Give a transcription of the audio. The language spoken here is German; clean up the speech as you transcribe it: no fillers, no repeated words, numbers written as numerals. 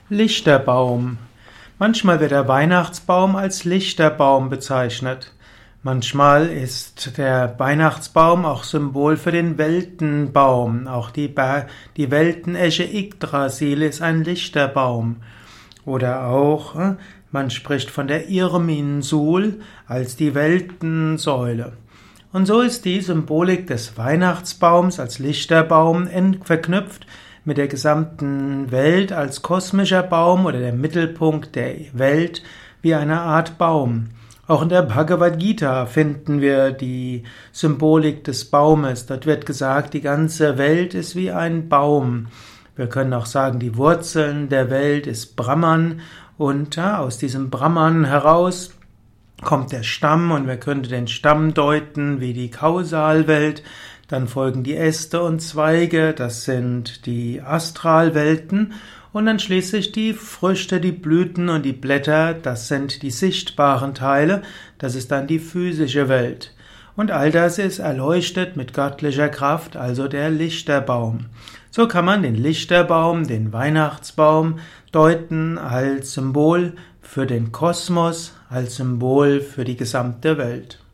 Lichterbaum. Manchmal wird der Weihnachtsbaum als Lichterbaum bezeichnet. Manchmal ist der Weihnachtsbaum auch Symbol für den Weltenbaum. Auch die Weltenesche Yggdrasil ist ein Lichterbaum. Oder auch, man spricht von der Irminsul als die Weltensäule. Und so ist die Symbolik des Weihnachtsbaums als Lichterbaum verknüpft mit der gesamten Welt als kosmischer Baum oder der Mittelpunkt der Welt wie eine Art Baum. Auch in der Bhagavad Gita finden wir die Symbolik des Baumes. Dort wird gesagt, die ganze Welt ist wie ein Baum. Wir können auch sagen, die Wurzeln der Welt ist Brahman und aus diesem Brahman heraus kommt der Stamm und wir können den Stamm deuten wie die Kausalwelt. Dann folgen die Äste und Zweige, das sind die Astralwelten. Und dann schließlich die Früchte, die Blüten und die Blätter, das sind die sichtbaren Teile, das ist dann die physische Welt. Und all das ist erleuchtet mit göttlicher Kraft, also der Lichterbaum. So kann man den Lichterbaum, den Weihnachtsbaum deuten als Symbol für den Kosmos, als Symbol für die gesamte Welt.